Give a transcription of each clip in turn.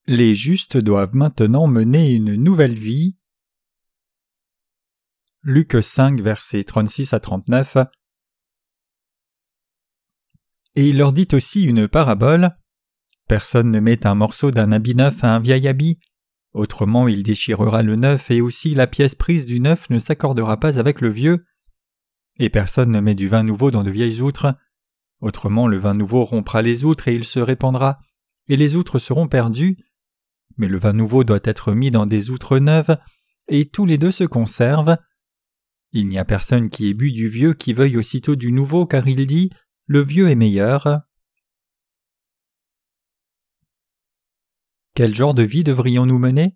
Les justes doivent maintenant mener une nouvelle vie. Luc 5, versets 36 à 39. Et il leur dit aussi une parabole. Personne ne met un morceau d'un habit neuf à un vieil habit. Autrement, il déchirera le neuf, et aussi la pièce prise du neuf ne s'accordera pas avec le vieux. Et personne ne met du vin nouveau dans de vieilles outres. Autrement, le vin nouveau rompra les outres, et il se répandra, et les outres seront perdues. Mais le vin nouveau doit être mis dans des outres neuves, et tous les deux se conservent. Il n'y a personne qui ait bu du vieux qui veuille aussitôt du nouveau, car il dit « le vieux est meilleur ». Quel genre de vie devrions-nous mener?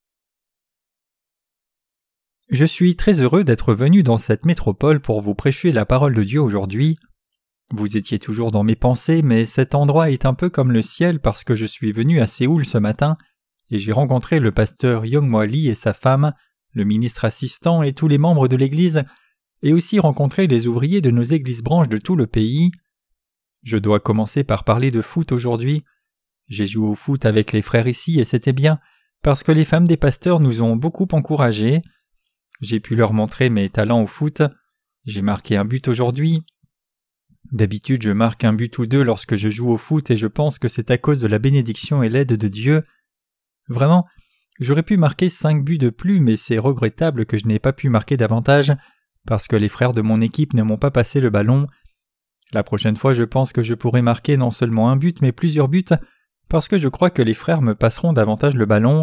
Je suis très heureux d'être venu dans cette métropole pour vous prêcher la parole de Dieu aujourd'hui. Vous étiez toujours dans mes pensées, mais cet endroit est un peu comme le ciel parce que je suis venu à Séoul ce matin et j'ai rencontré le pasteur Young-Moa Lee et sa femme, le ministre assistant et tous les membres de l'église, et aussi rencontré les ouvriers de nos églises branches de tout le pays. Je dois commencer par parler de foot aujourd'hui. J'ai joué au foot avec les frères ici et c'était bien, parce que les femmes des pasteurs nous ont beaucoup encouragés. J'ai pu leur montrer mes talents au foot. J'ai marqué un but aujourd'hui. D'habitude, je marque un but ou deux lorsque je joue au foot et je pense que c'est à cause de la bénédiction et l'aide de Dieu. Vraiment, j'aurais pu marquer 5 buts de plus, mais c'est regrettable que je n'ai pas pu marquer davantage, parce que les frères de mon équipe ne m'ont pas passé le ballon. La prochaine fois, je pense que je pourrai marquer non seulement un but, mais plusieurs buts, parce que je crois que les frères me passeront davantage le ballon.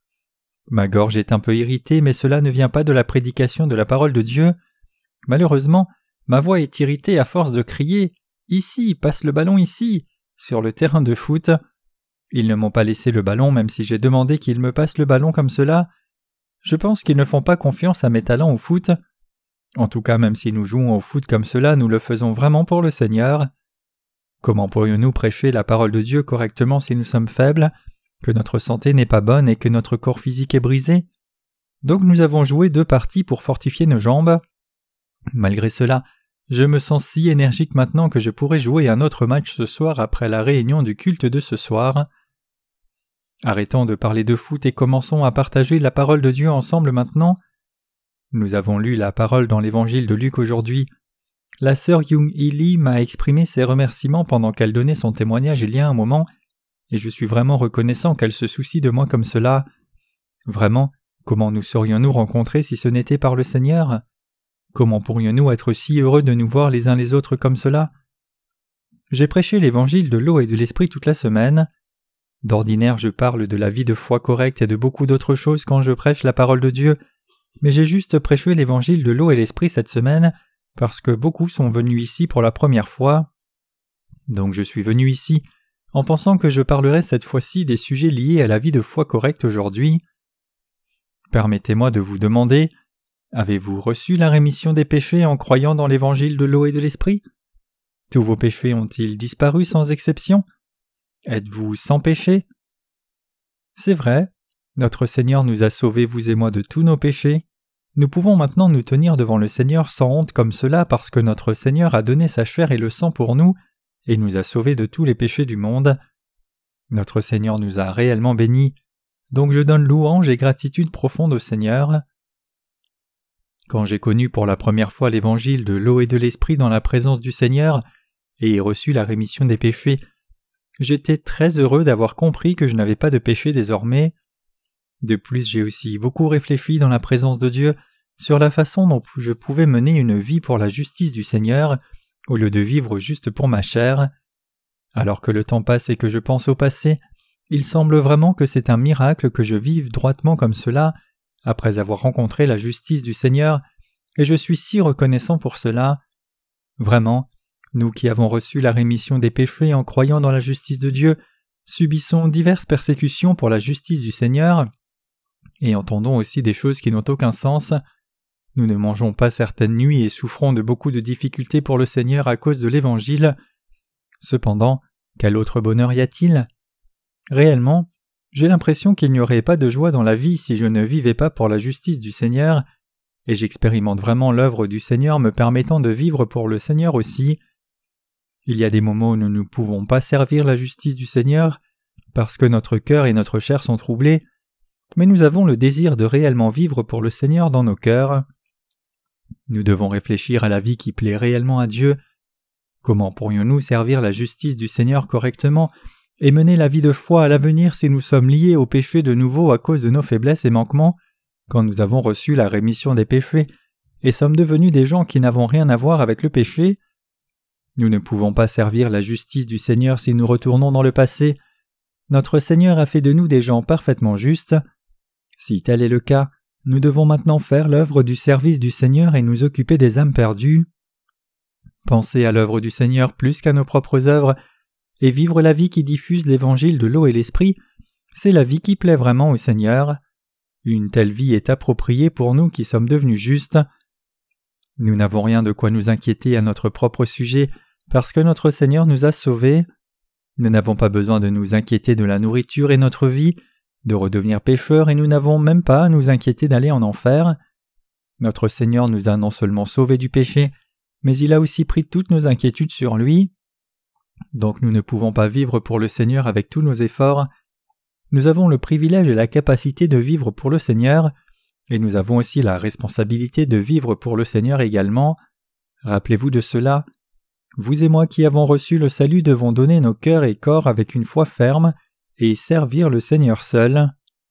Ma gorge est un peu irritée, mais cela ne vient pas de la prédication de la parole de Dieu. Malheureusement, ma voix est irritée à force de crier « Ici, passe le ballon ici !» sur le terrain de foot. Ils ne m'ont pas laissé le ballon même si j'ai demandé qu'ils me passent le ballon comme cela. Je pense qu'ils ne font pas confiance à mes talents au foot. En tout cas, même si nous jouons au foot comme cela, nous le faisons vraiment pour le Seigneur. Comment pourrions-nous prêcher la parole de Dieu correctement si nous sommes faibles, que notre santé n'est pas bonne et que notre corps physique est brisé? Donc nous avons joué 2 parties pour fortifier nos jambes. Malgré cela, je me sens si énergique maintenant que je pourrais jouer un autre match ce soir après la réunion du culte de ce soir. Arrêtons de parler de foot et commençons à partager la parole de Dieu ensemble maintenant. Nous avons lu la parole dans l'évangile de Luc aujourd'hui. La sœur Young-Hee Lee m'a exprimé ses remerciements pendant qu'elle donnait son témoignage il y a un moment, et je suis vraiment reconnaissant qu'elle se soucie de moi comme cela. Vraiment, comment nous serions-nous rencontrés si ce n'était par le Seigneur? Comment pourrions-nous être si heureux de nous voir les uns les autres comme cela? J'ai prêché l'évangile de l'eau et de l'esprit toute la semaine. D'ordinaire, je parle de la vie de foi correcte et de beaucoup d'autres choses quand je prêche la parole de Dieu, mais j'ai juste prêché l'évangile de l'eau et l'esprit cette semaine parce que beaucoup sont venus ici pour la première fois. Donc je suis venu ici en pensant que je parlerai cette fois-ci des sujets liés à la vie de foi correcte aujourd'hui. Permettez-moi de vous demander, avez-vous reçu la rémission des péchés en croyant dans l'évangile de l'eau et de l'esprit? Tous vos péchés ont-ils disparu sans exception? Êtes-vous sans péché? C'est vrai, notre Seigneur nous a sauvés, vous et moi, de tous nos péchés. Nous pouvons maintenant nous tenir devant le Seigneur sans honte comme cela parce que notre Seigneur a donné sa chair et le sang pour nous et nous a sauvés de tous les péchés du monde. Notre Seigneur nous a réellement bénis, donc je donne louange et gratitude profonde au Seigneur. Quand j'ai connu pour la première fois l'évangile de l'eau et de l'esprit dans la présence du Seigneur et ai reçu la rémission des péchés, j'étais très heureux d'avoir compris que je n'avais pas de péché désormais. De plus, j'ai aussi beaucoup réfléchi dans la présence de Dieu sur la façon dont je pouvais mener une vie pour la justice du Seigneur, au lieu de vivre juste pour ma chair. Alors que le temps passe et que je pense au passé, il semble vraiment que c'est un miracle que je vive droitement comme cela, après avoir rencontré la justice du Seigneur, et je suis si reconnaissant pour cela. Vraiment, nous qui avons reçu la rémission des péchés en croyant dans la justice de Dieu, subissons diverses persécutions pour la justice du Seigneur, et entendons aussi des choses qui n'ont aucun sens. Nous ne mangeons pas certaines nuits et souffrons de beaucoup de difficultés pour le Seigneur à cause de l'Évangile. Cependant, quel autre bonheur y a-t-il? Réellement, j'ai l'impression qu'il n'y aurait pas de joie dans la vie si je ne vivais pas pour la justice du Seigneur, et j'expérimente vraiment l'œuvre du Seigneur me permettant de vivre pour le Seigneur aussi. Il y a des moments où nous ne pouvons pas servir la justice du Seigneur, parce que notre cœur et notre chair sont troublés, mais nous avons le désir de réellement vivre pour le Seigneur dans nos cœurs. Nous devons réfléchir à la vie qui plaît réellement à Dieu. Comment pourrions-nous servir la justice du Seigneur correctement et mener la vie de foi à l'avenir si nous sommes liés au péché de nouveau à cause de nos faiblesses et manquements, quand nous avons reçu la rémission des péchés et sommes devenus des gens qui n'avons rien à voir avec le péché? Nous ne pouvons pas servir la justice du Seigneur si nous retournons dans le passé. Notre Seigneur a fait de nous des gens parfaitement justes. Si tel est le cas, nous devons maintenant faire l'œuvre du service du Seigneur et nous occuper des âmes perdues. Penser à l'œuvre du Seigneur plus qu'à nos propres œuvres et vivre la vie qui diffuse l'évangile de l'eau et l'esprit, c'est la vie qui plaît vraiment au Seigneur. Une telle vie est appropriée pour nous qui sommes devenus justes. Nous n'avons rien de quoi nous inquiéter à notre propre sujet parce que notre Seigneur nous a sauvés. Nous n'avons pas besoin de nous inquiéter de la nourriture et notre vie, de redevenir pécheurs, et nous n'avons même pas à nous inquiéter d'aller en enfer. Notre Seigneur nous a non seulement sauvés du péché, mais il a aussi pris toutes nos inquiétudes sur lui. Donc nous ne pouvons pas vivre pour le Seigneur avec tous nos efforts. Nous avons le privilège et la capacité de vivre pour le Seigneur, et nous avons aussi la responsabilité de vivre pour le Seigneur également. Rappelez-vous de cela. Vous et moi qui avons reçu le salut devons donner nos cœurs et corps avec une foi ferme et servir le Seigneur seul.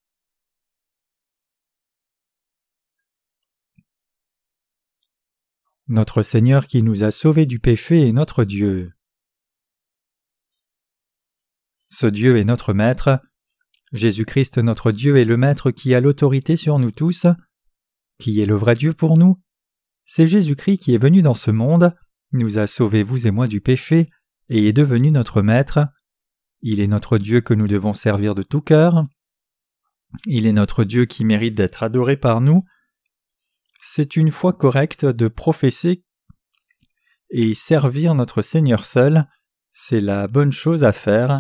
Notre Seigneur qui nous a sauvés du péché est notre Dieu. Ce Dieu est notre Maître. Jésus-Christ notre Dieu est le Maître qui a l'autorité sur nous tous. Qui est le vrai Dieu pour nous? C'est Jésus-Christ qui est venu dans ce monde, nous a sauvés vous et moi du péché, et est devenu notre Maître. Il est notre Dieu que nous devons servir de tout cœur. Il est notre Dieu qui mérite d'être adoré par nous. C'est une foi correcte de professer et servir notre Seigneur seul. C'est la bonne chose à faire.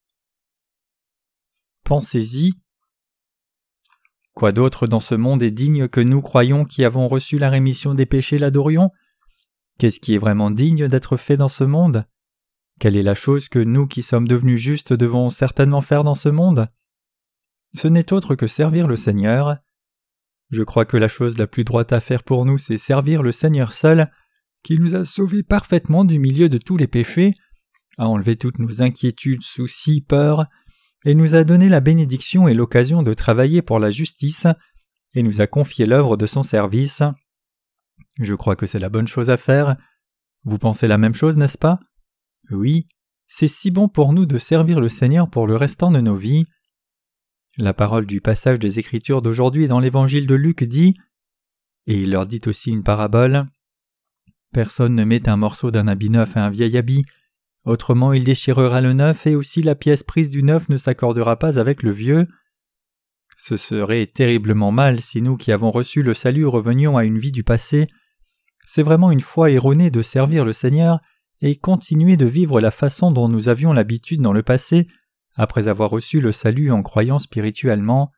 Pensez-y. Quoi d'autre dans ce monde est digne que nous croyons qui avons reçu la rémission des péchés l'adorions? Qu'est-ce qui est vraiment digne d'être fait dans ce monde? Quelle est la chose que nous qui sommes devenus justes devons certainement faire dans ce monde? Ce n'est autre que servir le Seigneur. Je crois que la chose la plus droite à faire pour nous, c'est servir le Seigneur seul, qui nous a sauvés parfaitement du milieu de tous les péchés, a enlevé toutes nos inquiétudes, soucis, peurs, et nous a donné la bénédiction et l'occasion de travailler pour la justice, et nous a confié l'œuvre de son service. Je crois que c'est la bonne chose à faire. Vous pensez la même chose, n'est-ce pas? Oui, c'est si bon pour nous de servir le Seigneur pour le restant de nos vies. La parole du passage des Écritures d'aujourd'hui dans l'Évangile de Luc dit « Et il leur dit aussi une parabole. Personne ne met un morceau d'un habit neuf à un vieil habit, autrement il déchirera le neuf et aussi la pièce prise du neuf ne s'accordera pas avec le vieux. Ce serait terriblement mal si nous qui avons reçu le salut revenions à une vie du passé. C'est vraiment une foi erronée de servir le Seigneur et continuer de vivre la façon dont nous avions l'habitude dans le passé, après avoir reçu le salut en croyant spirituellement.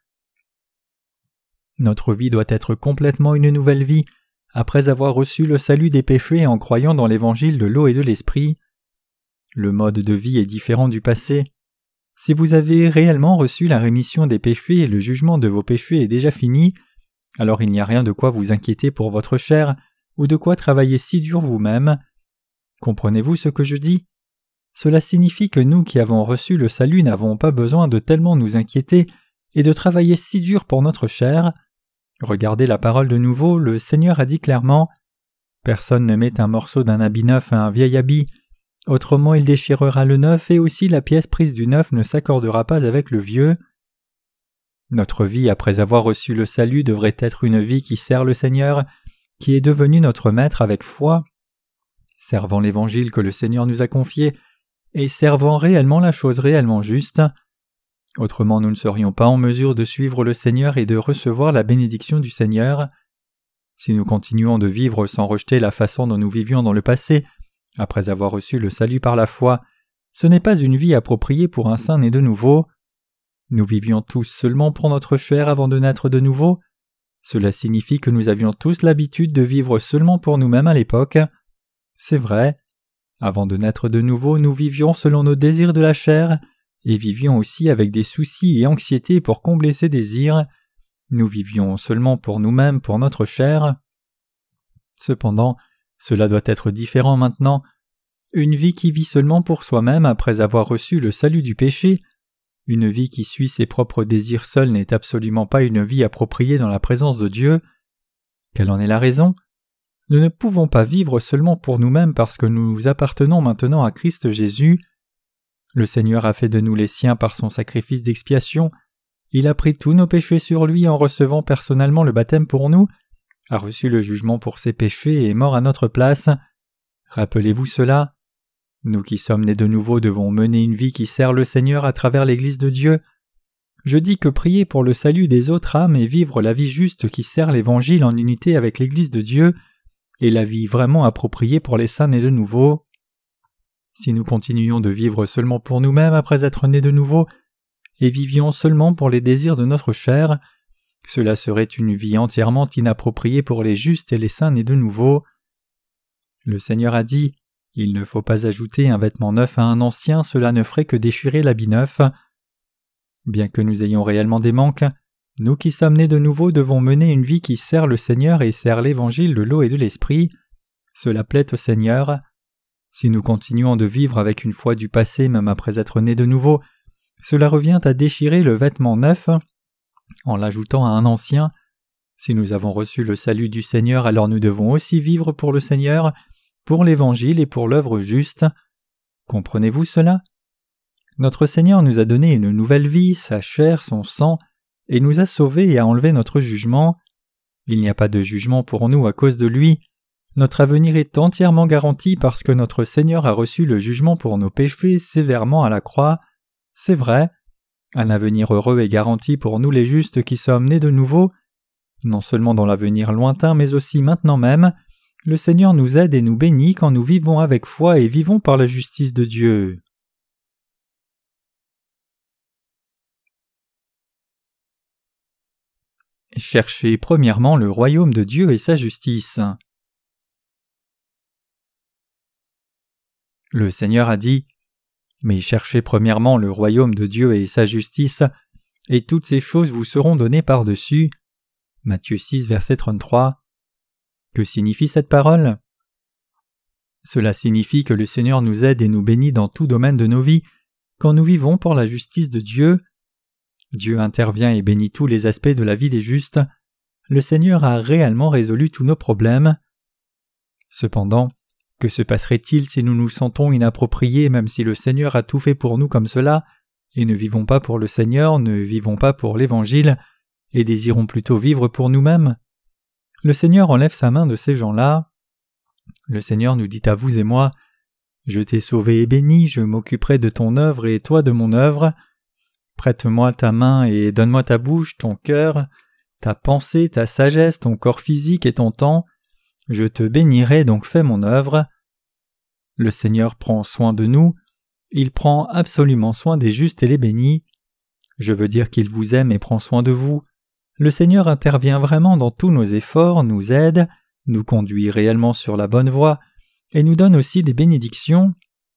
Notre vie doit être complètement une nouvelle vie, après avoir reçu le salut des péchés en croyant dans l'évangile de l'eau et de l'esprit. Le mode de vie est différent du passé. Si vous avez réellement reçu la rémission des péchés et le jugement de vos péchés est déjà fini, alors il n'y a rien de quoi vous inquiéter pour votre chair ou de quoi travailler si dur vous-même. Comprenez-vous ce que je dis? Cela signifie que nous qui avons reçu le salut n'avons pas besoin de tellement nous inquiéter et de travailler si dur pour notre chair. Regardez la parole de nouveau, le Seigneur a dit clairement « Personne ne met un morceau d'un habit neuf à un vieil habit, autrement il déchirera le neuf et aussi la pièce prise du neuf ne s'accordera pas avec le vieux. » Notre vie après avoir reçu le salut devrait être une vie qui sert le Seigneur, qui est devenu notre Maître avec foi, servant l'Évangile que le Seigneur nous a confié, et servant réellement la chose réellement juste. Autrement nous ne serions pas en mesure de suivre le Seigneur et de recevoir la bénédiction du Seigneur. Si nous continuons de vivre sans rejeter la façon dont nous vivions dans le passé, après avoir reçu le salut par la foi, ce n'est pas une vie appropriée pour un saint né de nouveau. Nous vivions tous seulement pour notre chair avant de naître de nouveau. Cela signifie que nous avions tous l'habitude de vivre seulement pour nous-mêmes à l'époque. C'est vrai. Avant de naître de nouveau, nous vivions selon nos désirs de la chair, et vivions aussi avec des soucis et anxiétés pour combler ces désirs. Nous vivions seulement pour nous-mêmes, pour notre chair. Cependant, cela doit être différent maintenant. Une vie qui vit seulement pour soi-même après avoir reçu le salut du péché, une vie qui suit ses propres désirs seule n'est absolument pas une vie appropriée dans la présence de Dieu. Quelle en est la raison ? Nous ne pouvons pas vivre seulement pour nous-mêmes parce que nous appartenons maintenant à Christ Jésus. Le Seigneur a fait de nous les siens par son sacrifice d'expiation. Il a pris tous nos péchés sur lui en recevant personnellement le baptême pour nous, a reçu le jugement pour ses péchés et est mort à notre place. Rappelez-vous cela. Nous qui sommes nés de nouveau devons mener une vie qui sert le Seigneur à travers l'Église de Dieu. Je dis que prier pour le salut des autres âmes et vivre la vie juste qui sert l'Évangile en unité avec l'Église de Dieu est la vie vraiment appropriée pour les saints nés de nouveau. Si nous continuions de vivre seulement pour nous-mêmes après être nés de nouveau, et vivions seulement pour les désirs de notre chair, cela serait une vie entièrement inappropriée pour les justes et les saints nés de nouveau. Le Seigneur a dit « Il ne faut pas ajouter un vêtement neuf à un ancien, cela ne ferait que déchirer l'habit neuf. » Bien que nous ayons réellement des manques, nous qui sommes nés de nouveau devons mener une vie qui sert le Seigneur et sert l'Évangile de l'eau et de l'Esprit. Cela plaît au Seigneur. Si nous continuons de vivre avec une foi du passé même après être nés de nouveau, cela revient à déchirer le vêtement neuf en l'ajoutant à un ancien. Si nous avons reçu le salut du Seigneur, alors nous devons aussi vivre pour le Seigneur, pour l'Évangile et pour l'œuvre juste. Comprenez-vous cela ? Notre Seigneur nous a donné une nouvelle vie, sa chair, son sang, et nous a sauvés et a enlevé notre jugement. Il n'y a pas de jugement pour nous à cause de lui. Notre avenir est entièrement garanti parce que notre Seigneur a reçu le jugement pour nos péchés sévèrement à la croix. C'est vrai. Un avenir heureux est garanti pour nous les justes qui sommes nés de nouveau. Non seulement dans l'avenir lointain, mais aussi maintenant même, le Seigneur nous aide et nous bénit quand nous vivons avec foi et vivons par la justice de Dieu. Cherchez premièrement le royaume de Dieu et sa justice. Le Seigneur a dit « Mais cherchez premièrement le royaume de Dieu et sa justice, et toutes ces choses vous seront données par-dessus. » Matthieu 6, verset 33. Que signifie cette parole ? Cela signifie que le Seigneur nous aide et nous bénit dans tout domaine de nos vies quand nous vivons pour la justice de Dieu. Dieu intervient et bénit tous les aspects de la vie des justes. Le Seigneur a réellement résolu tous nos problèmes. Cependant, que se passerait-il si nous nous sentons inappropriés même si le Seigneur a tout fait pour nous comme cela, et ne vivons pas pour le Seigneur, ne vivons pas pour l'Évangile, et désirons plutôt vivre pour nous-mêmes ? Le Seigneur enlève sa main de ces gens-là. Le Seigneur nous dit à vous et moi « Je t'ai sauvé et béni, je m'occuperai de ton œuvre et toi de mon œuvre. Prête-moi ta main et donne-moi ta bouche, ton cœur, ta pensée, ta sagesse, ton corps physique et ton temps. Je te bénirai, donc fais mon œuvre. » Le Seigneur prend soin de nous. Il prend absolument soin des justes et les bénis. Je veux dire qu'il vous aime et prend soin de vous. Le Seigneur intervient vraiment dans tous nos efforts, nous aide, nous conduit réellement sur la bonne voie et nous donne aussi des bénédictions.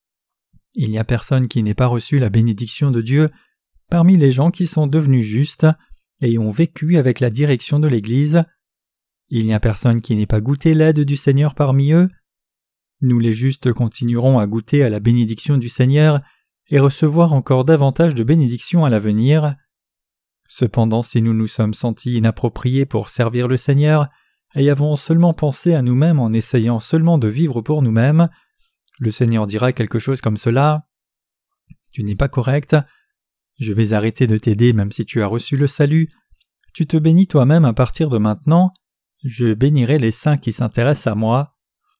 Il n'y a personne qui n'ait pas reçu la bénédiction de Dieu parmi les gens qui sont devenus justes et ont vécu avec la direction de l'Église. Il n'y a personne qui n'ait pas goûté l'aide du Seigneur parmi eux. Nous les justes continuerons à goûter à la bénédiction du Seigneur et recevoir encore davantage de bénédictions à l'avenir. Cependant, si nous nous sommes sentis inappropriés pour servir le Seigneur et avons seulement pensé à nous-mêmes en essayant seulement de vivre pour nous-mêmes, le Seigneur dira quelque chose comme cela. « Tu n'es pas correct. Je vais arrêter de t'aider même si tu as reçu le salut. Tu te bénis toi-même à partir de maintenant. Je bénirai les saints qui s'intéressent à moi. »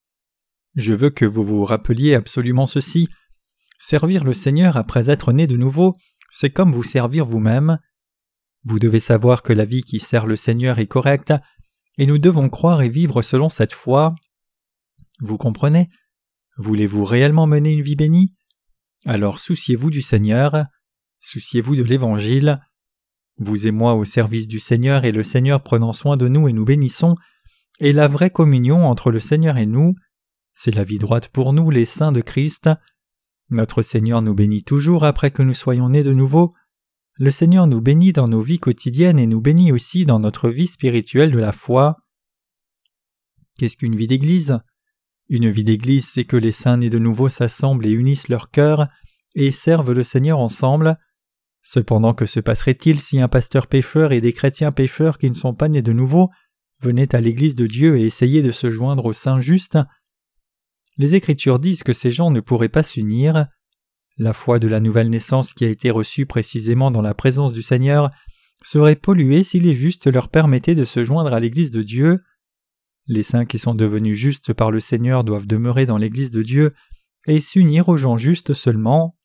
Je veux que vous vous rappeliez absolument ceci. Servir le Seigneur après être né de nouveau, c'est comme vous servir vous-même. Vous devez savoir que la vie qui sert le Seigneur est correcte, et nous devons croire et vivre selon cette foi. Vous comprenez ? Voulez-vous réellement mener une vie bénie ? Alors souciez-vous du Seigneur, souciez-vous de l'Évangile. Vous et moi au service du Seigneur et le Seigneur prenant soin de nous et nous bénissons, et la vraie communion entre le Seigneur et nous, c'est la vie droite pour nous, les saints de Christ. Notre Seigneur nous bénit toujours après que nous soyons nés de nouveau. Le Seigneur nous bénit dans nos vies quotidiennes et nous bénit aussi dans notre vie spirituelle de la foi. Qu'est-ce qu'une vie d'église ? Une vie d'église, c'est que les saints nés de nouveau s'assemblent et unissent leur cœur et servent le Seigneur ensemble. Cependant, que se passerait-il si un pasteur pécheur et des chrétiens pécheurs qui ne sont pas nés de nouveau venaient à l'église de Dieu et essayaient de se joindre aux saints justes ? Les Écritures disent que ces gens ne pourraient pas s'unir. La foi de la nouvelle naissance qui a été reçue précisément dans la présence du Seigneur serait polluée si les justes leur permettaient de se joindre à l'église de Dieu. Les saints qui sont devenus justes par le Seigneur doivent demeurer dans l'église de Dieu et s'unir aux gens justes seulement.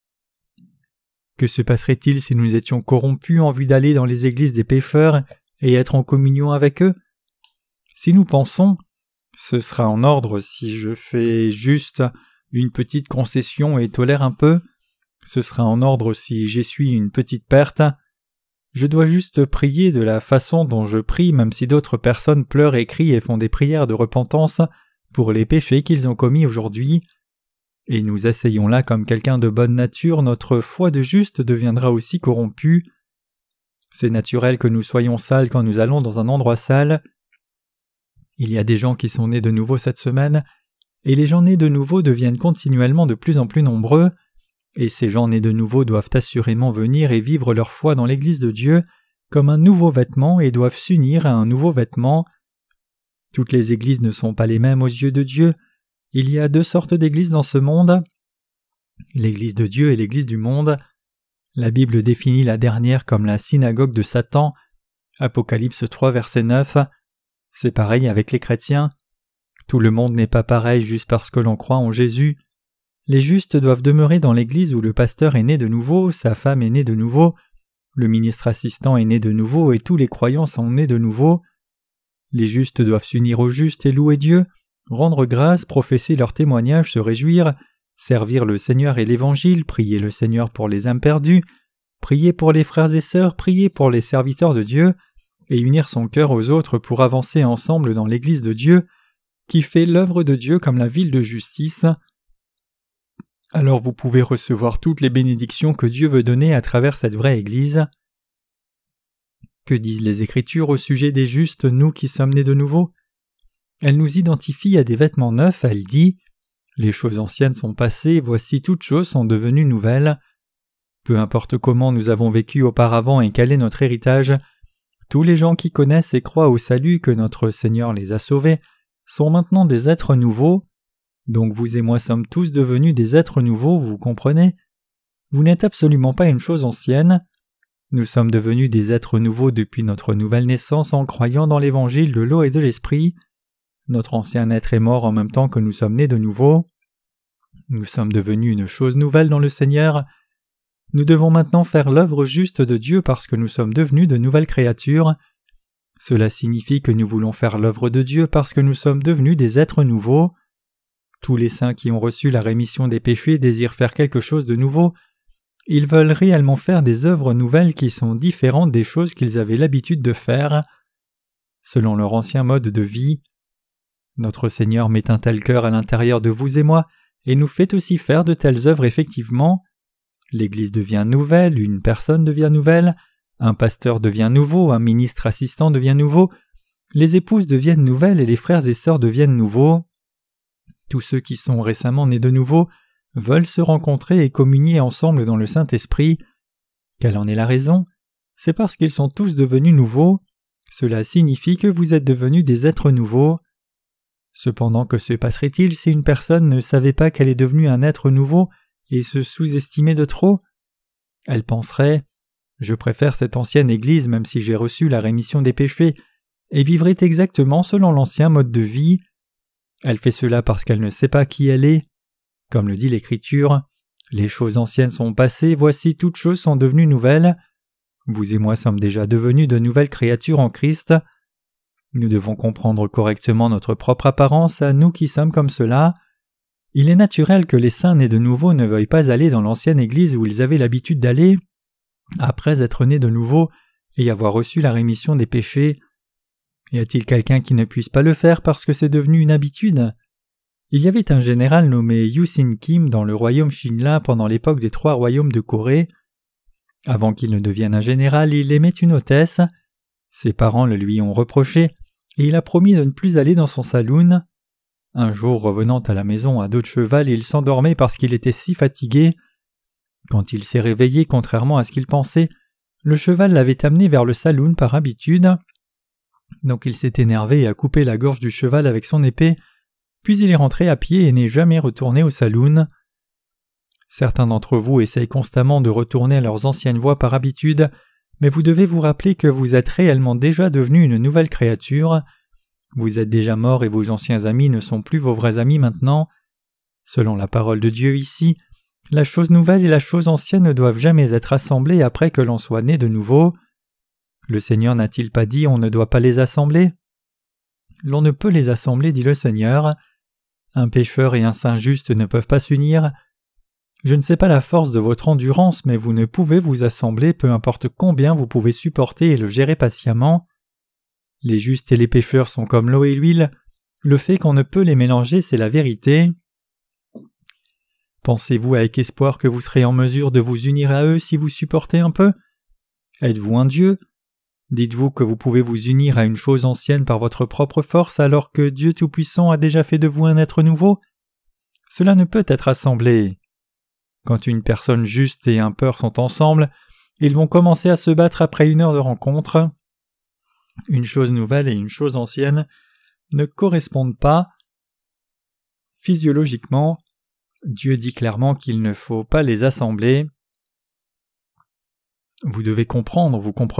Que se passerait-il si nous étions corrompus en vue d'aller dans les églises des pécheurs et être en communion avec eux ? Si nous pensons « ce sera en ordre si je fais juste une petite concession et tolère un peu, ce sera en ordre si j'essuie une petite perte », je dois juste prier de la façon dont je prie même si d'autres personnes pleurent et crient et font des prières de repentance pour les péchés qu'ils ont commis aujourd'hui. Et nous asseyons là comme quelqu'un de bonne nature, notre foi de juste deviendra aussi corrompue. C'est naturel que nous soyons sales quand nous allons dans un endroit sale. Il y a des gens qui sont nés de nouveau cette semaine, et les gens nés de nouveau deviennent continuellement de plus en plus nombreux, et ces gens nés de nouveau doivent assurément venir et vivre leur foi dans l'Église de Dieu comme un nouveau vêtement et doivent s'unir à un nouveau vêtement. Toutes les églises ne sont pas les mêmes aux yeux de Dieu. Il y a 2 sortes d'églises dans ce monde, l'Église de Dieu et l'Église du monde. La Bible définit la dernière comme la synagogue de Satan, Apocalypse 3, verset 9. C'est pareil avec les chrétiens. Tout le monde n'est pas pareil juste parce que l'on croit en Jésus. Les justes doivent demeurer dans l'église où le pasteur est né de nouveau, sa femme est née de nouveau, le ministre assistant est né de nouveau et tous les croyants sont nés de nouveau. Les justes doivent s'unir aux justes et louer Dieu, rendre grâce, professer leur témoignage, se réjouir, servir le Seigneur et l'Évangile, prier le Seigneur pour les âmes perdues, prier pour les frères et sœurs, prier pour les serviteurs de Dieu, et unir son cœur aux autres pour avancer ensemble dans l'Église de Dieu, qui fait l'œuvre de Dieu comme la ville de justice. Alors vous pouvez recevoir toutes les bénédictions que Dieu veut donner à travers cette vraie Église. Que disent les Écritures au sujet des justes, nous qui sommes nés de nouveau ? Elle nous identifie à des vêtements neufs, elle dit « Les choses anciennes sont passées, voici toutes choses sont devenues nouvelles ». Peu importe comment nous avons vécu auparavant et quel est notre héritage, tous les gens qui connaissent et croient au salut que notre Seigneur les a sauvés sont maintenant des êtres nouveaux. Donc vous et moi sommes tous devenus des êtres nouveaux, vous comprenez ? Vous n'êtes absolument pas une chose ancienne. Nous sommes devenus des êtres nouveaux depuis notre nouvelle naissance en croyant dans l'évangile de l'eau et de l'esprit. Notre ancien être est mort en même temps que nous sommes nés de nouveau. Nous sommes devenus une chose nouvelle dans le Seigneur. Nous devons maintenant faire l'œuvre juste de Dieu parce que nous sommes devenus de nouvelles créatures. Cela signifie que nous voulons faire l'œuvre de Dieu parce que nous sommes devenus des êtres nouveaux. Tous les saints qui ont reçu la rémission des péchés désirent faire quelque chose de nouveau. Ils veulent réellement faire des œuvres nouvelles qui sont différentes des choses qu'ils avaient l'habitude de faire, selon leur ancien mode de vie. Notre Seigneur met un tel cœur à l'intérieur de vous et moi et nous fait aussi faire de telles œuvres effectivement. L'Église devient nouvelle, une personne devient nouvelle, un pasteur devient nouveau, un ministre assistant devient nouveau, les épouses deviennent nouvelles et les frères et sœurs deviennent nouveaux. Tous ceux qui sont récemment nés de nouveau veulent se rencontrer et communier ensemble dans le Saint-Esprit. Quelle en est la raison ? C'est parce qu'ils sont tous devenus nouveaux. Cela signifie que vous êtes devenus des êtres nouveaux. Cependant, que se passerait-il si une personne ne savait pas qu'elle est devenue un être nouveau et se sous-estimait de trop ? Elle penserait « Je préfère cette ancienne Église même si j'ai reçu la rémission des péchés » et vivrait exactement selon l'ancien mode de vie. Elle fait cela parce qu'elle ne sait pas qui elle est. Comme le dit l'Écriture, « Les choses anciennes sont passées, voici toutes choses sont devenues nouvelles ». Vous et moi sommes déjà devenus de nouvelles créatures en Christ. Nous devons comprendre correctement notre propre apparence à nous qui sommes comme cela. Il est naturel que les saints nés de nouveau ne veuillent pas aller dans l'ancienne Église où ils avaient l'habitude d'aller, après être nés de nouveau et avoir reçu la rémission des péchés. Y a-t-il quelqu'un qui ne puisse pas le faire parce que c'est devenu une habitude ? Il y avait un général nommé Yusin Kim dans le royaume Shinla pendant l'époque des 3 royaumes de Corée. Avant qu'il ne devienne un général, il aimait une hôtesse. Ses parents le lui ont reproché et il a promis de ne plus aller dans son saloon. Un jour, revenant à la maison à dos de cheval, il s'endormait parce qu'il était si fatigué. Quand il s'est réveillé, contrairement à ce qu'il pensait, le cheval l'avait amené vers le saloon par habitude. Donc il s'est énervé et a coupé la gorge du cheval avec son épée, puis il est rentré à pied et n'est jamais retourné au saloon. Certains d'entre vous essayent constamment de retourner à leurs anciennes voies par habitude, mais vous devez vous rappeler que vous êtes réellement déjà devenu une nouvelle créature. Vous êtes déjà mort et vos anciens amis ne sont plus vos vrais amis maintenant. Selon la parole de Dieu ici, la chose nouvelle et la chose ancienne ne doivent jamais être assemblées après que l'on soit né de nouveau. Le Seigneur n'a-t-il pas dit on ne doit pas les assembler ? L'on ne peut les assembler, dit le Seigneur. Un pécheur et un saint juste ne peuvent pas s'unir. Je ne sais pas la force de votre endurance, mais vous ne pouvez vous assembler peu importe combien vous pouvez supporter et le gérer patiemment. Les justes et les pécheurs sont comme l'eau et l'huile. Le fait qu'on ne peut les mélanger, c'est la vérité. Pensez-vous avec espoir que vous serez en mesure de vous unir à eux si vous supportez un peu ? Êtes-vous un Dieu ? Dites-vous que vous pouvez vous unir à une chose ancienne par votre propre force alors que Dieu Tout-Puissant a déjà fait de vous un être nouveau ? Cela ne peut être assemblé. Quand une personne juste et un peur sont ensemble, ils vont commencer à se battre après 1 heure de rencontre. Une chose nouvelle et une chose ancienne ne correspondent pas. Physiologiquement, Dieu dit clairement qu'il ne faut pas les assembler. Vous devez comprendre, vous comprenez ?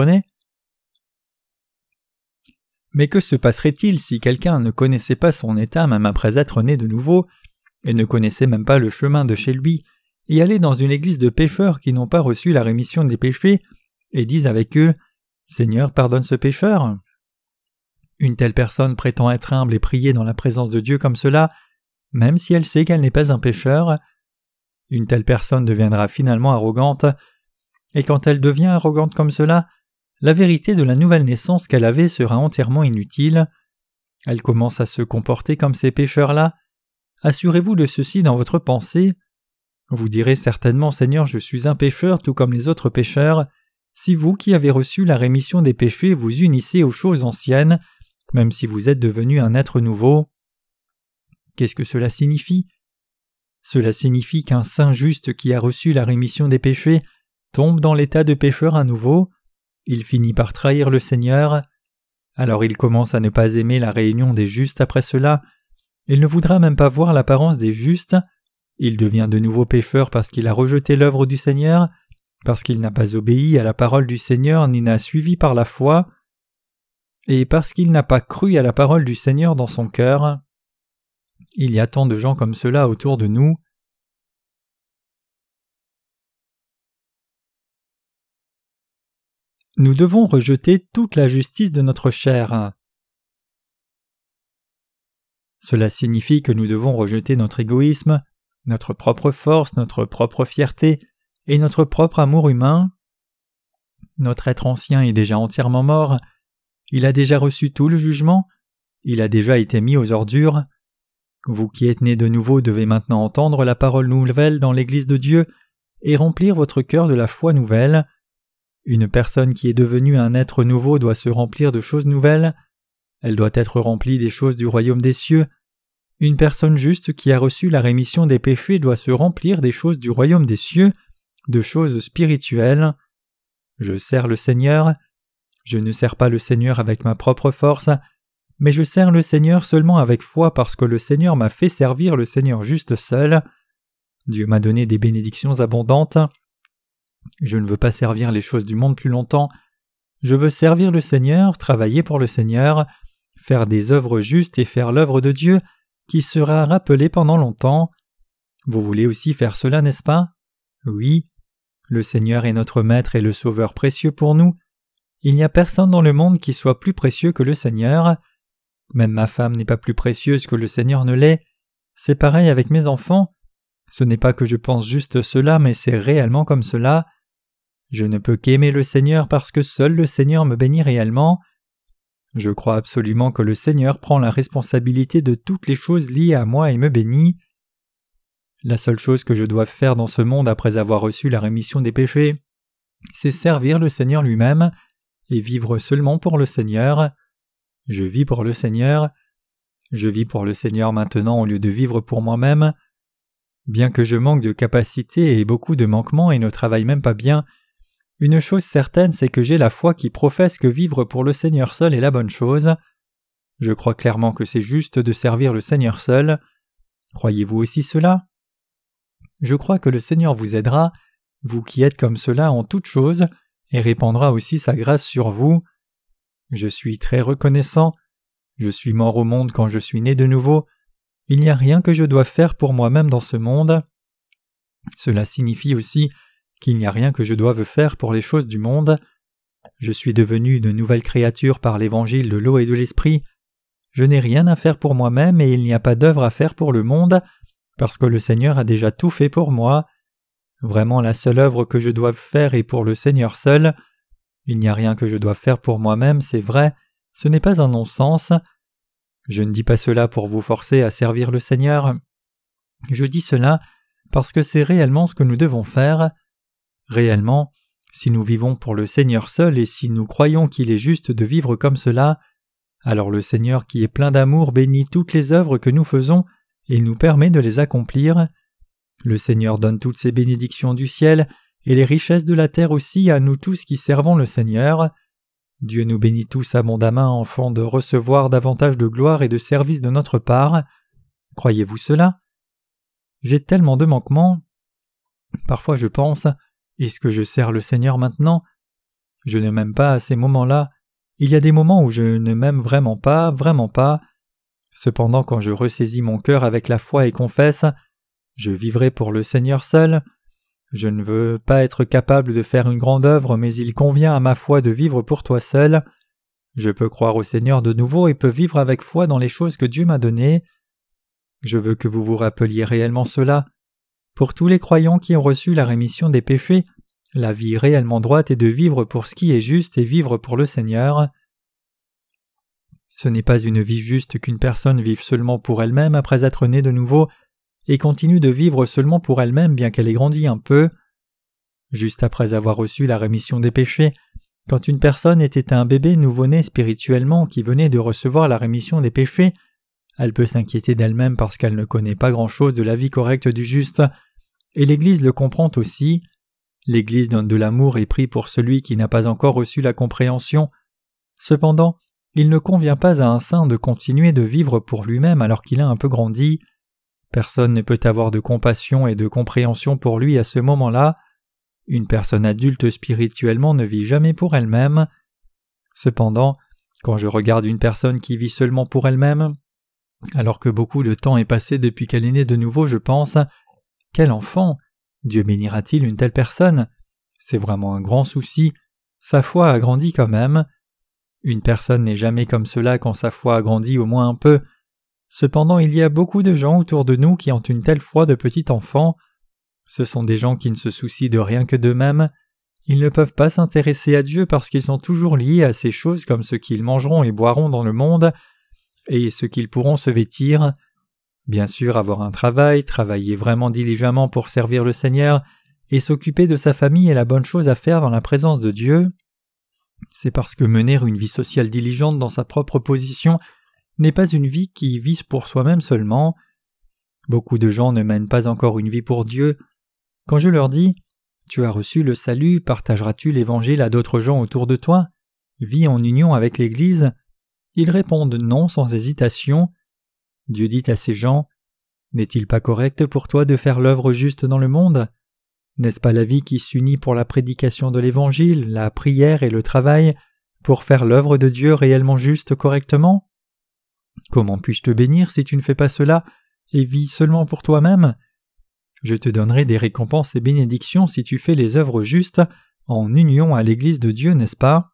Mais que se passerait-il si quelqu'un ne connaissait pas son état même après être né de nouveau, et ne connaissait même pas le chemin de chez lui, et allait dans une église de pécheurs qui n'ont pas reçu la rémission des péchés, et disent avec eux « Seigneur, pardonne ce pécheur ». Une telle personne prétend être humble et prier dans la présence de Dieu comme cela, même si elle sait qu'elle n'est pas un pécheur. Une telle personne deviendra finalement arrogante, et quand elle devient arrogante comme cela, la vérité de la nouvelle naissance qu'elle avait sera entièrement inutile. Elle commence à se comporter comme ces pécheurs-là. Assurez-vous de ceci dans votre pensée. Vous direz certainement « Seigneur, je suis un pécheur tout comme les autres pécheurs », si vous qui avez reçu la rémission des péchés vous unissez aux choses anciennes, même si vous êtes devenu un être nouveau. Qu'est-ce que cela signifie ? Cela signifie qu'un saint juste qui a reçu la rémission des péchés tombe dans l'état de pécheur à nouveau. Il finit par trahir le Seigneur. Alors il commence à ne pas aimer la réunion des justes après cela. Il ne voudra même pas voir l'apparence des justes. Il devient de nouveau pécheur parce qu'il a rejeté l'œuvre du Seigneur, parce qu'il n'a pas obéi à la parole du Seigneur ni n'a suivi par la foi, et parce qu'il n'a pas cru à la parole du Seigneur dans son cœur. Il y a tant de gens comme cela autour de nous. Nous devons rejeter toute la justice de notre chair. Cela signifie que nous devons rejeter notre égoïsme, notre propre force, notre propre fierté et notre propre amour humain. Notre être ancien est déjà entièrement mort. Il a déjà reçu tout le jugement. Il a déjà été mis aux ordures. Vous qui êtes nés de nouveau devez maintenant entendre la parole nouvelle dans l'Église de Dieu et remplir votre cœur de la foi nouvelle. Une personne qui est devenue un être nouveau doit se remplir de choses nouvelles. Elle doit être remplie des choses du royaume des cieux. Une personne juste qui a reçu la rémission des péchés doit se remplir des choses du royaume des cieux, de choses spirituelles. Je sers le Seigneur. Je ne sers pas le Seigneur avec ma propre force, mais je sers le Seigneur seulement avec foi parce que le Seigneur m'a fait servir le Seigneur juste seul. Dieu m'a donné des bénédictions abondantes. Je ne veux pas servir les choses du monde plus longtemps. Je veux servir le Seigneur, travailler pour le Seigneur, faire des œuvres justes et faire l'œuvre de Dieu qui sera rappelée pendant longtemps. Vous voulez aussi faire cela, n'est-ce pas ? Oui. Le Seigneur est notre Maître et le Sauveur précieux pour nous. Il n'y a personne dans le monde qui soit plus précieux que le Seigneur. Même ma femme n'est pas plus précieuse que le Seigneur ne l'est. C'est pareil avec mes enfants. Ce n'est pas que je pense juste cela, mais c'est réellement comme cela. Je ne peux qu'aimer le Seigneur parce que seul le Seigneur me bénit réellement. Je crois absolument que le Seigneur prend la responsabilité de toutes les choses liées à moi et me bénit. La seule chose que je dois faire dans ce monde après avoir reçu la rémission des péchés, c'est servir le Seigneur lui-même et vivre seulement pour le Seigneur. Je vis pour le Seigneur. Je vis pour le Seigneur maintenant au lieu de vivre pour moi-même. Bien que je manque de capacité et beaucoup de manquements et ne travaille même pas bien, une chose certaine, c'est que j'ai la foi qui professe que vivre pour le Seigneur seul est la bonne chose. Je crois clairement que c'est juste de servir le Seigneur seul. Croyez-vous aussi cela? Je crois que le Seigneur vous aidera, vous qui êtes comme cela en toutes choses, et répandra aussi sa grâce sur vous. Je suis très reconnaissant. Je suis mort au monde quand je suis né de nouveau. Il n'y a rien que je dois faire pour moi-même dans ce monde. Cela signifie aussi qu'il n'y a rien que je doive faire pour les choses du monde. Je suis devenu une nouvelle créature par l'évangile de l'eau et de l'esprit. Je n'ai rien à faire pour moi-même et il n'y a pas d'œuvre à faire pour le monde, parce que le Seigneur a déjà tout fait pour moi. Vraiment la seule œuvre que je dois faire est pour le Seigneur seul. Il n'y a rien que je dois faire pour moi-même, c'est vrai, ce n'est pas un non-sens. Je ne dis pas cela pour vous forcer à servir le Seigneur. Je dis cela parce que c'est réellement ce que nous devons faire. Réellement, si nous vivons pour le Seigneur seul et si nous croyons qu'il est juste de vivre comme cela, alors le Seigneur qui est plein d'amour bénit toutes les œuvres que nous faisons et nous permet de les accomplir. Le Seigneur donne toutes ses bénédictions du ciel et les richesses de la terre aussi à nous tous qui servons le Seigneur. Dieu nous bénit tous abondamment afin de recevoir davantage de gloire et de service de notre part. Croyez-vous cela? J'ai tellement de manquements. Parfois je pense, est-ce que je sers le Seigneur maintenant? Je ne m'aime pas à ces moments-là. Il y a des moments où je ne m'aime vraiment pas. Cependant, quand je ressaisis mon cœur avec la foi et confesse, je vivrai pour le Seigneur seul. Je ne veux pas être capable de faire une grande œuvre, mais il convient à ma foi de vivre pour toi seul. Je peux croire au Seigneur de nouveau et peux vivre avec foi dans les choses que Dieu m'a données. Je veux que vous vous rappeliez réellement cela. Pour tous les croyants qui ont reçu la rémission des péchés, la vie réellement droite est de vivre pour ce qui est juste et vivre pour le Seigneur. Ce n'est pas une vie juste qu'une personne vive seulement pour elle-même après être née de nouveau et continue de vivre seulement pour elle-même bien qu'elle ait grandi un peu. Juste après avoir reçu la rémission des péchés, quand une personne était un bébé nouveau-né spirituellement qui venait de recevoir la rémission des péchés, elle peut s'inquiéter d'elle-même parce qu'elle ne connaît pas grand-chose de la vie correcte du juste, et l'Église le comprend aussi. L'Église donne de l'amour et prie pour celui qui n'a pas encore reçu la compréhension. Cependant, il ne convient pas à un saint de continuer de vivre pour lui-même alors qu'il a un peu grandi. Personne ne peut avoir de compassion et de compréhension pour lui à ce moment-là. Une personne adulte spirituellement ne vit jamais pour elle-même. Cependant, quand je regarde une personne qui vit seulement pour elle-même, alors que beaucoup de temps est passé depuis qu'elle est née de nouveau, je pense « Quel enfant! Dieu bénira-t-il une telle personne? C'est vraiment un grand souci. Sa foi a grandi quand même. Une personne n'est jamais comme cela quand sa foi a grandi au moins un peu. Cependant, il y a beaucoup de gens autour de nous qui ont une telle foi de petit enfant. Ce sont des gens qui ne se soucient de rien que d'eux-mêmes. Ils ne peuvent pas s'intéresser à Dieu parce qu'ils sont toujours liés à ces choses comme ce qu'ils mangeront et boiront dans le monde et ce qu'ils pourront se vêtir. Bien sûr, avoir un travail, travailler vraiment diligemment pour servir le Seigneur et s'occuper de sa famille est la bonne chose à faire dans la présence de Dieu. C'est parce que mener une vie sociale diligente dans sa propre position n'est pas une vie qui vise pour soi-même seulement. Beaucoup de gens ne mènent pas encore une vie pour Dieu. Quand je leur dis « Tu as reçu le salut, partageras-tu l'Évangile à d'autres gens autour de toi? Vis en union avec l'Église ?» Ils répondent non sans hésitation. Dieu dit à ces gens « N'est-il pas correct pour toi de faire l'œuvre juste dans le monde? N'est-ce pas la vie qui s'unit pour la prédication de l'Évangile, la prière et le travail, pour faire l'œuvre de Dieu réellement juste correctement? Comment puis-je te bénir si tu ne fais pas cela et vis seulement pour toi-même? Je te donnerai des récompenses et bénédictions si tu fais les œuvres justes en union à l'Église de Dieu, n'est-ce pas?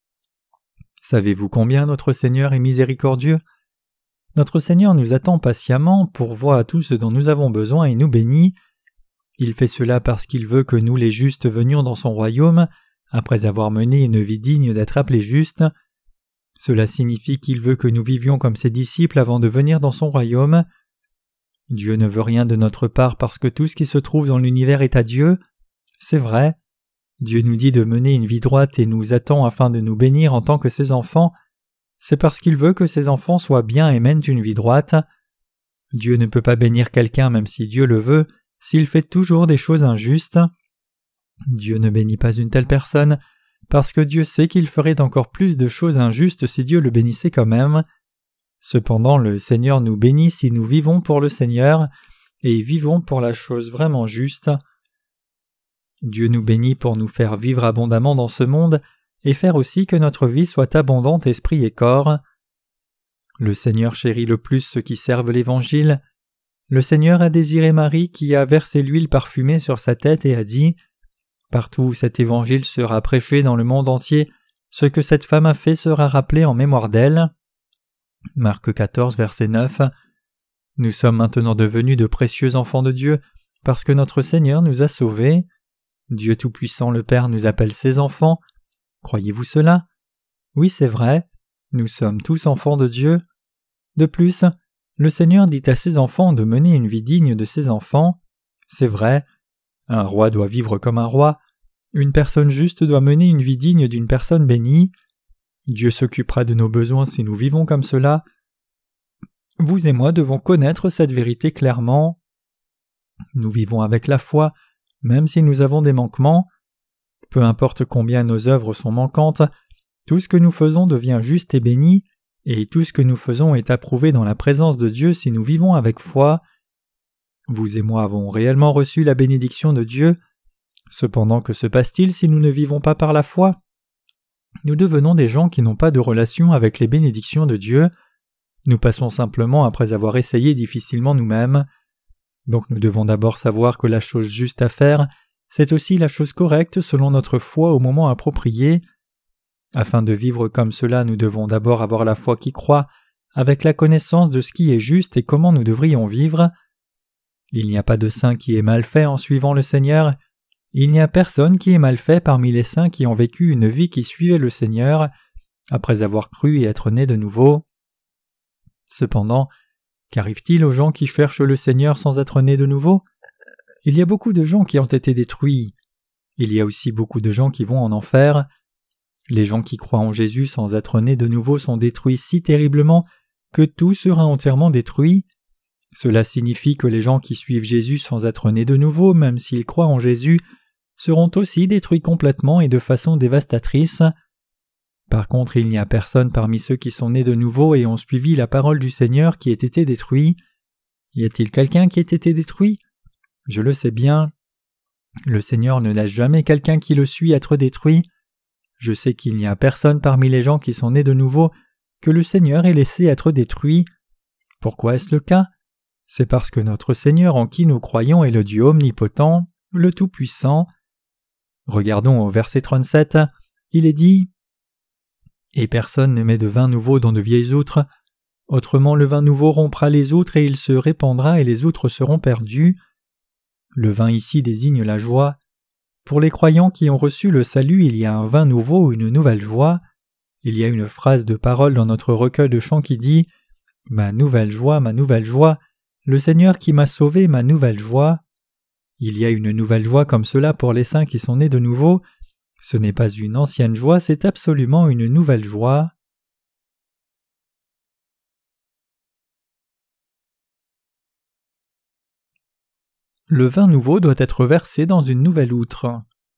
Savez-vous combien notre Seigneur est miséricordieux? Notre Seigneur nous attend patiemment, pourvoit à tout ce dont nous avons besoin et nous bénit. Il fait cela parce qu'il veut que nous les justes venions dans son royaume, après avoir mené une vie digne d'être appelés justes. Cela signifie qu'il veut que nous vivions comme ses disciples avant de venir dans son royaume. Dieu ne veut rien de notre part parce que tout ce qui se trouve dans l'univers est à Dieu. C'est vrai. Dieu nous dit de mener une vie droite et nous attend afin de nous bénir en tant que ses enfants. C'est parce qu'il veut que ses enfants soient bien et mènent une vie droite. Dieu ne peut pas bénir quelqu'un même si Dieu le veut, s'il fait toujours des choses injustes. Dieu ne bénit pas une telle personne parce que Dieu sait qu'il ferait encore plus de choses injustes si Dieu le bénissait quand même. Cependant, le Seigneur nous bénit si nous vivons pour le Seigneur et vivons pour la chose vraiment juste. Dieu nous bénit pour nous faire vivre abondamment dans ce monde et faire aussi que notre vie soit abondante esprit et corps. Le Seigneur chérit le plus ceux qui servent l'Évangile. Le Seigneur a désiré Marie qui a versé l'huile parfumée sur sa tête et a dit « Partout où cet Évangile sera prêché dans le monde entier, ce que cette femme a fait sera rappelé en mémoire d'elle. » Marc 14, verset 9. Nous sommes maintenant devenus de précieux enfants de Dieu parce que notre Seigneur nous a sauvés. Dieu Tout-Puissant le Père nous appelle ses enfants. Croyez-vous cela? Oui, c'est vrai. Nous sommes tous enfants de Dieu. De plus, le Seigneur dit à ses enfants de mener une vie digne de ses enfants. C'est vrai. Un roi doit vivre comme un roi. Une personne juste doit mener une vie digne d'une personne bénie. Dieu s'occupera de nos besoins si nous vivons comme cela. Vous et moi devons connaître cette vérité clairement. Nous vivons avec la foi, même si nous avons des manquements. Peu importe combien nos œuvres sont manquantes, tout ce que nous faisons devient juste et béni, et tout ce que nous faisons est approuvé dans la présence de Dieu si nous vivons avec foi. Vous et moi avons réellement reçu la bénédiction de Dieu. Cependant, que se passe-t-il si nous ne vivons pas par la foi? Nous devenons des gens qui n'ont pas de relation avec les bénédictions de Dieu. Nous passons simplement après avoir essayé difficilement nous-mêmes. Donc nous devons d'abord savoir que la chose juste à faire, c'est aussi la chose correcte selon notre foi au moment approprié. Afin de vivre comme cela, nous devons d'abord avoir la foi qui croit, avec la connaissance de ce qui est juste et comment nous devrions vivre. Il n'y a pas de saint qui ait mal fait en suivant le Seigneur. Il n'y a personne qui ait mal fait parmi les saints qui ont vécu une vie qui suivait le Seigneur, après avoir cru et être nés de nouveau. Cependant, qu'arrive-t-il aux gens qui cherchent le Seigneur sans être nés de nouveau? Il y a beaucoup de gens qui ont été détruits. Il y a aussi beaucoup de gens qui vont en enfer. Les gens qui croient en Jésus sans être nés de nouveau sont détruits si terriblement que tout sera entièrement détruit. Cela signifie que les gens qui suivent Jésus sans être nés de nouveau, même s'ils croient en Jésus, seront aussi détruits complètement et de façon dévastatrice. Par contre, il n'y a personne parmi ceux qui sont nés de nouveau et ont suivi la parole du Seigneur qui ait été détruit. Y a-t-il quelqu'un qui ait été détruit? Je le sais bien. Le Seigneur ne laisse jamais quelqu'un qui le suit être détruit. Je sais qu'il n'y a personne parmi les gens qui sont nés de nouveau que le Seigneur ait laissé être détruit. Pourquoi est-ce le cas? C'est parce que notre Seigneur en qui nous croyons est le Dieu omnipotent, le Tout-Puissant. Regardons au verset 37, il est dit « Et personne ne met de vin nouveau dans de vieilles outres, autrement le vin nouveau rompra les outres et il se répandra et les outres seront perdues. » Le vin ici désigne la joie. Pour les croyants qui ont reçu le salut, il y a un vin nouveau ou une nouvelle joie. Il y a une phrase de parole dans notre recueil de chants qui dit « Ma nouvelle joie, le Seigneur qui m'a sauvé, ma nouvelle joie. » Il y a une nouvelle joie comme cela pour les saints qui sont nés de nouveau. Ce n'est pas une ancienne joie, c'est absolument une nouvelle joie. Le vin nouveau doit être versé dans une nouvelle outre.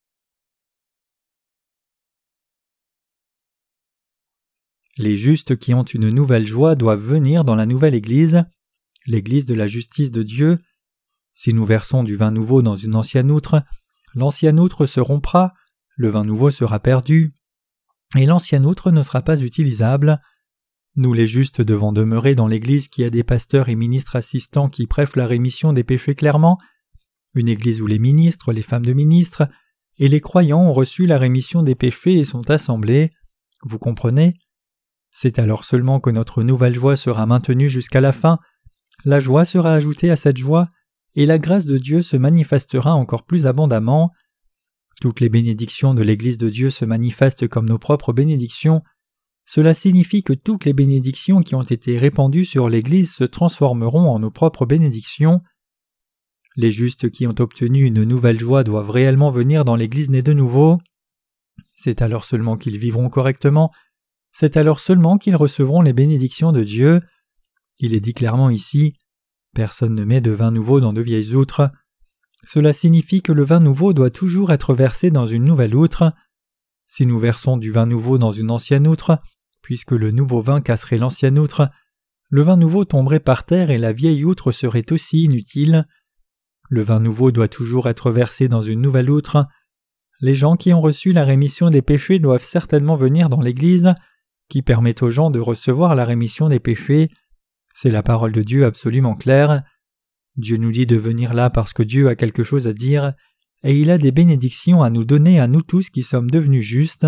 Les justes qui ont une nouvelle joie doivent venir dans la nouvelle Église, l'Église de la justice de Dieu. Si nous versons du vin nouveau dans une ancienne outre, l'ancienne outre se rompra, le vin nouveau sera perdu, et l'ancienne outre ne sera pas utilisable. Nous les justes devons demeurer dans l'Église qui a des pasteurs et ministres assistants qui prêchent la rémission des péchés clairement, une Église où les ministres, les femmes de ministres et les croyants ont reçu la rémission des péchés et sont assemblés. Vous comprenez? C'est alors seulement que notre nouvelle joie sera maintenue jusqu'à la fin, la joie sera ajoutée à cette joie, et la grâce de Dieu se manifestera encore plus abondamment. Toutes les bénédictions de l'Église de Dieu se manifestent comme nos propres bénédictions. cela signifie que toutes les bénédictions qui ont été répandues sur l'Église se transformeront en nos propres bénédictions. Les justes qui ont obtenu une nouvelle joie doivent réellement venir dans l'Église née de nouveau. C'est alors seulement qu'ils vivront correctement, c'est alors seulement qu'ils recevront les bénédictions de Dieu. Il est dit clairement ici, personne ne met de vin nouveau dans de vieilles outres. Cela signifie que le vin nouveau doit toujours être versé dans une nouvelle outre. Si nous versons du vin nouveau dans une ancienne outre, puisque le nouveau vin casserait l'ancienne outre, le vin nouveau tomberait par terre et la vieille outre serait aussi inutile. Le vin nouveau doit toujours être versé dans une nouvelle outre. Les gens qui ont reçu la rémission des péchés doivent certainement venir dans l'Église, qui permet aux gens de recevoir la rémission des péchés. C'est la parole de Dieu absolument claire. Dieu nous dit de venir là parce que Dieu a quelque chose à dire, et il a des bénédictions à nous donner à nous tous qui sommes devenus justes.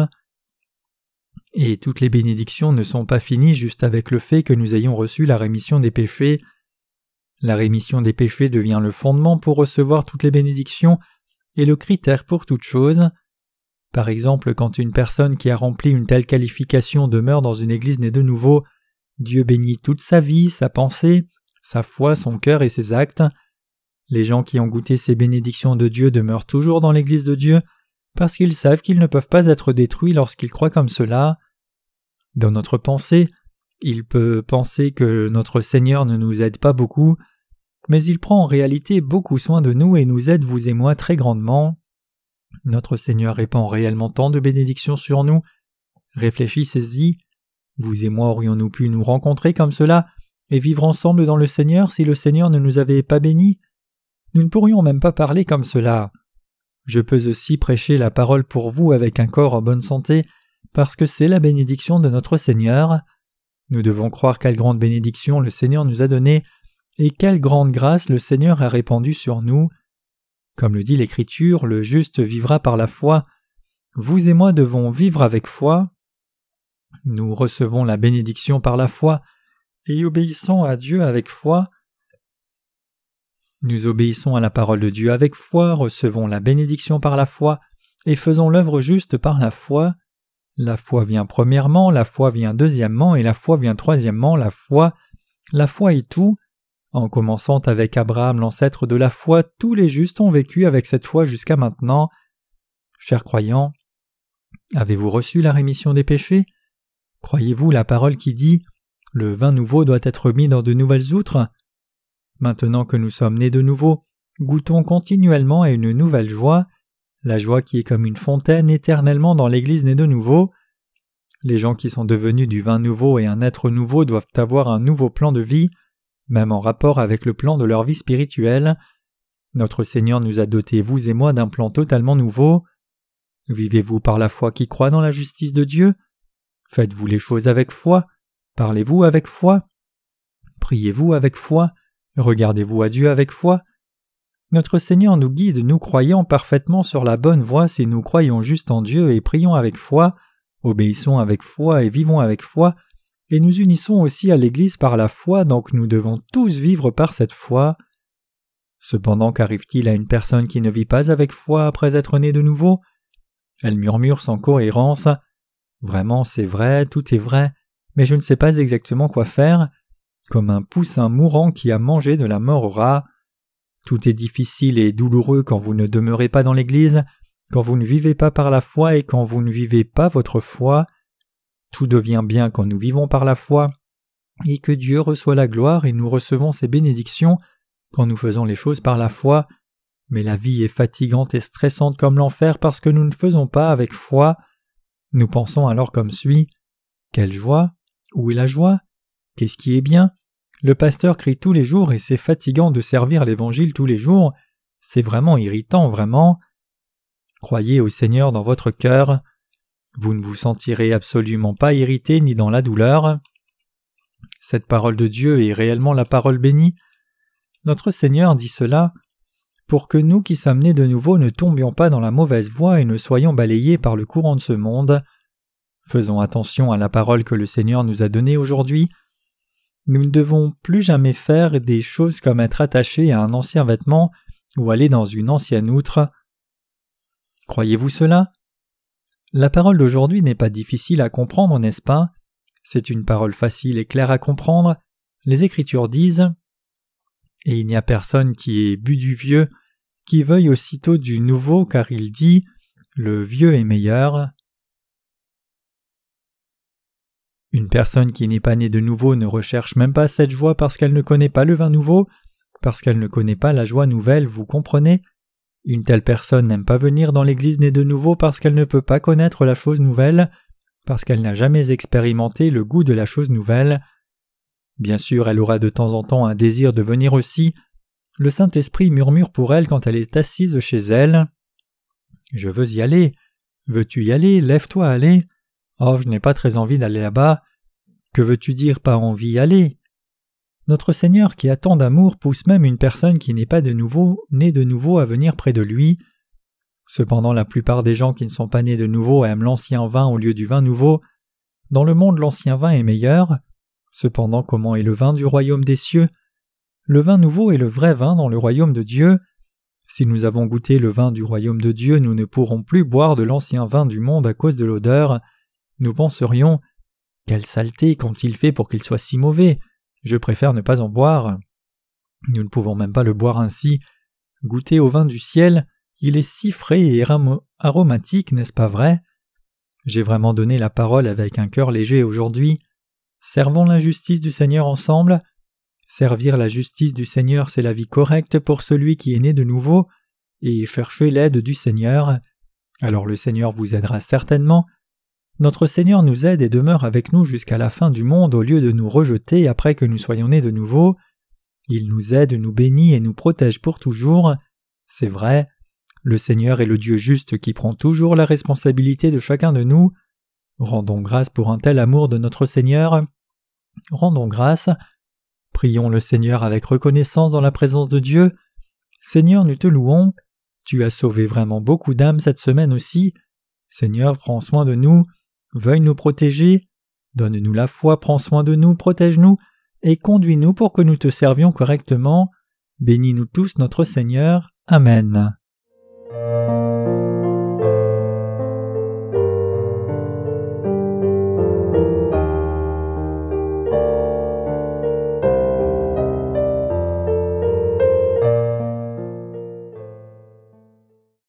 Et toutes les bénédictions ne sont pas finies juste avec le fait que nous ayons reçu la rémission des péchés. La rémission des péchés devient le fondement pour recevoir toutes les bénédictions et le critère pour toute chose. Par exemple, quand une personne qui a rempli une telle qualification demeure dans une église née de nouveau, Dieu bénit toute sa vie, sa pensée, sa foi, son cœur et ses actes. Les gens qui ont goûté ces bénédictions de Dieu demeurent toujours dans l'église de Dieu parce qu'ils savent qu'ils ne peuvent pas être détruits lorsqu'ils croient comme cela. Dans notre pensée, il peut penser que notre Seigneur ne nous aide pas beaucoup, mais il prend en réalité beaucoup soin de nous et nous aide vous et moi très grandement. Notre Seigneur répand réellement tant de bénédictions sur nous. Réfléchissez-y. Vous et moi aurions-nous pu nous rencontrer comme cela et vivre ensemble dans le Seigneur si le Seigneur ne nous avait pas bénis? Nous ne pourrions même pas parler comme cela. Je peux aussi prêcher la parole pour vous avec un corps en bonne santé parce que c'est la bénédiction de notre Seigneur. Nous devons croire quelle grande bénédiction le Seigneur nous a donnée et quelle grande grâce le Seigneur a répandue sur nous. Comme le dit l'Écriture, le juste vivra par la foi. Vous et moi devons vivre avec foi. Nous recevons la bénédiction par la foi et obéissons à Dieu avec foi. Nous obéissons à la parole de Dieu avec foi, recevons la bénédiction par la foi et faisons l'œuvre juste par la foi. La foi vient premièrement, la foi vient deuxièmement et la foi vient troisièmement. La foi est tout. En commençant avec Abraham, l'ancêtre de la foi, tous les justes ont vécu avec cette foi jusqu'à maintenant. Chers croyants, avez-vous reçu la rémission des péchés? Croyez-vous la parole qui dit « Le vin nouveau doit être mis dans de nouvelles outres » Maintenant que nous sommes nés de nouveau, goûtons continuellement à une nouvelle joie, la joie qui est comme une fontaine éternellement dans l'Église née de nouveau. Les gens qui sont devenus du vin nouveau et un être nouveau doivent avoir un nouveau plan de vie, même en rapport avec le plan de leur vie spirituelle. Notre Seigneur nous a dotés, vous et moi, d'un plan totalement nouveau. Vivez-vous par la foi qui croit dans la justice de Dieu? Faites-vous les choses avec foi? Parlez-vous avec foi? Priez-vous avec foi? Regardez-vous à Dieu avec foi? Notre Seigneur nous guide, nous croyant parfaitement sur la bonne voie si nous croyons juste en Dieu et prions avec foi, obéissons avec foi et vivons avec foi, et nous unissons aussi à l'Église par la foi, donc nous devons tous vivre par cette foi. Cependant, qu'arrive-t-il à une personne qui ne vit pas avec foi après être née de nouveau? Elle murmure sans cohérence. Vraiment, c'est vrai, tout est vrai, mais je ne sais pas exactement quoi faire, comme un poussin mourant qui a mangé de la mort au rat. Tout est difficile et douloureux quand vous ne demeurez pas dans l'Église, quand vous ne vivez pas par la foi et quand vous ne vivez pas votre foi. Tout devient bien quand nous vivons par la foi, et que Dieu reçoit la gloire et nous recevons ses bénédictions quand nous faisons les choses par la foi. Mais la vie est fatigante et stressante comme l'enfer parce que nous ne faisons pas avec foi. Nous pensons alors comme suit. Quelle joie? Où est la joie? Qu'est-ce qui est bien? Le pasteur crie tous les jours et c'est fatigant de servir l'Évangile tous les jours. C'est vraiment irritant, vraiment. Croyez au Seigneur dans votre cœur. Vous ne vous sentirez absolument pas irrité ni dans la douleur. Cette parole de Dieu est réellement la parole bénie. Notre Seigneur dit cela pour que nous qui sommes nés de nouveau ne tombions pas dans la mauvaise voie et ne soyons balayés par le courant de ce monde. Faisons attention à la parole que le Seigneur nous a donnée aujourd'hui. Nous ne devons plus jamais faire des choses comme être attachés à un ancien vêtement ou aller dans une ancienne outre. Croyez-vous cela? La parole d'aujourd'hui n'est pas difficile à comprendre, n'est-ce pas? C'est une parole facile et claire à comprendre. Les Écritures disent « Et il n'y a personne qui ait bu du vieux, qui veuille aussitôt du nouveau, car il dit « Le vieux est meilleur ». Une personne qui n'est pas née de nouveau ne recherche même pas cette joie parce qu'elle ne connaît pas le vin nouveau, parce qu'elle ne connaît pas la joie nouvelle, vous comprenez ? Une telle personne n'aime pas venir dans l'église née de nouveau parce qu'elle ne peut pas connaître la chose nouvelle, parce qu'elle n'a jamais expérimenté le goût de la chose nouvelle. Bien sûr, elle aura de temps en temps un désir de venir aussi. Le Saint-Esprit murmure pour elle quand elle est assise chez elle. « Je veux y aller. Veux-tu y aller ? Lève-toi, allez. Oh, je n'ai pas très envie d'aller là-bas. Que veux-tu dire pas envie d'y aller ?» Notre Seigneur qui a tant d'amour pousse même une personne qui n'est pas née de nouveau à venir près de lui. Cependant, la plupart des gens qui ne sont pas nés de nouveau aiment l'ancien vin au lieu du vin nouveau. Dans le monde, l'ancien vin est meilleur. Cependant, comment est le vin du royaume des cieux ? Le vin nouveau est le vrai vin dans le royaume de Dieu. Si nous avons goûté le vin du royaume de Dieu, nous ne pourrons plus boire de l'ancien vin du monde à cause de l'odeur. Nous penserions « Quelle saleté qu'ont-ils fait pour qu'il soit si mauvais ? Je préfère ne pas en boire. » Nous ne pouvons même pas le boire ainsi. Goûter au vin du ciel, il est si frais et aromatique, n'est-ce pas vrai ? J'ai vraiment donné la parole avec un cœur léger aujourd'hui. Servons la justice du Seigneur ensemble. Servir la justice du Seigneur, c'est la vie correcte pour celui qui est né de nouveau, et chercher l'aide du Seigneur. Alors le Seigneur vous aidera certainement. Notre Seigneur nous aide et demeure avec nous jusqu'à la fin du monde au lieu de nous rejeter après que nous soyons nés de nouveau. Il nous aide, nous bénit et nous protège pour toujours. C'est vrai, le Seigneur est le Dieu juste qui prend toujours la responsabilité de chacun de nous. Rendons grâce pour un tel amour de notre Seigneur. Rendons grâce. Prions le Seigneur avec reconnaissance dans la présence de Dieu. Seigneur, nous te louons. Tu as sauvé vraiment beaucoup d'âmes cette semaine aussi. Seigneur, prends soin de nous. Veuille nous protéger. Donne-nous la foi, prends soin de nous, protège-nous et conduis-nous pour que nous te servions correctement. Bénis-nous tous notre Seigneur. Amen.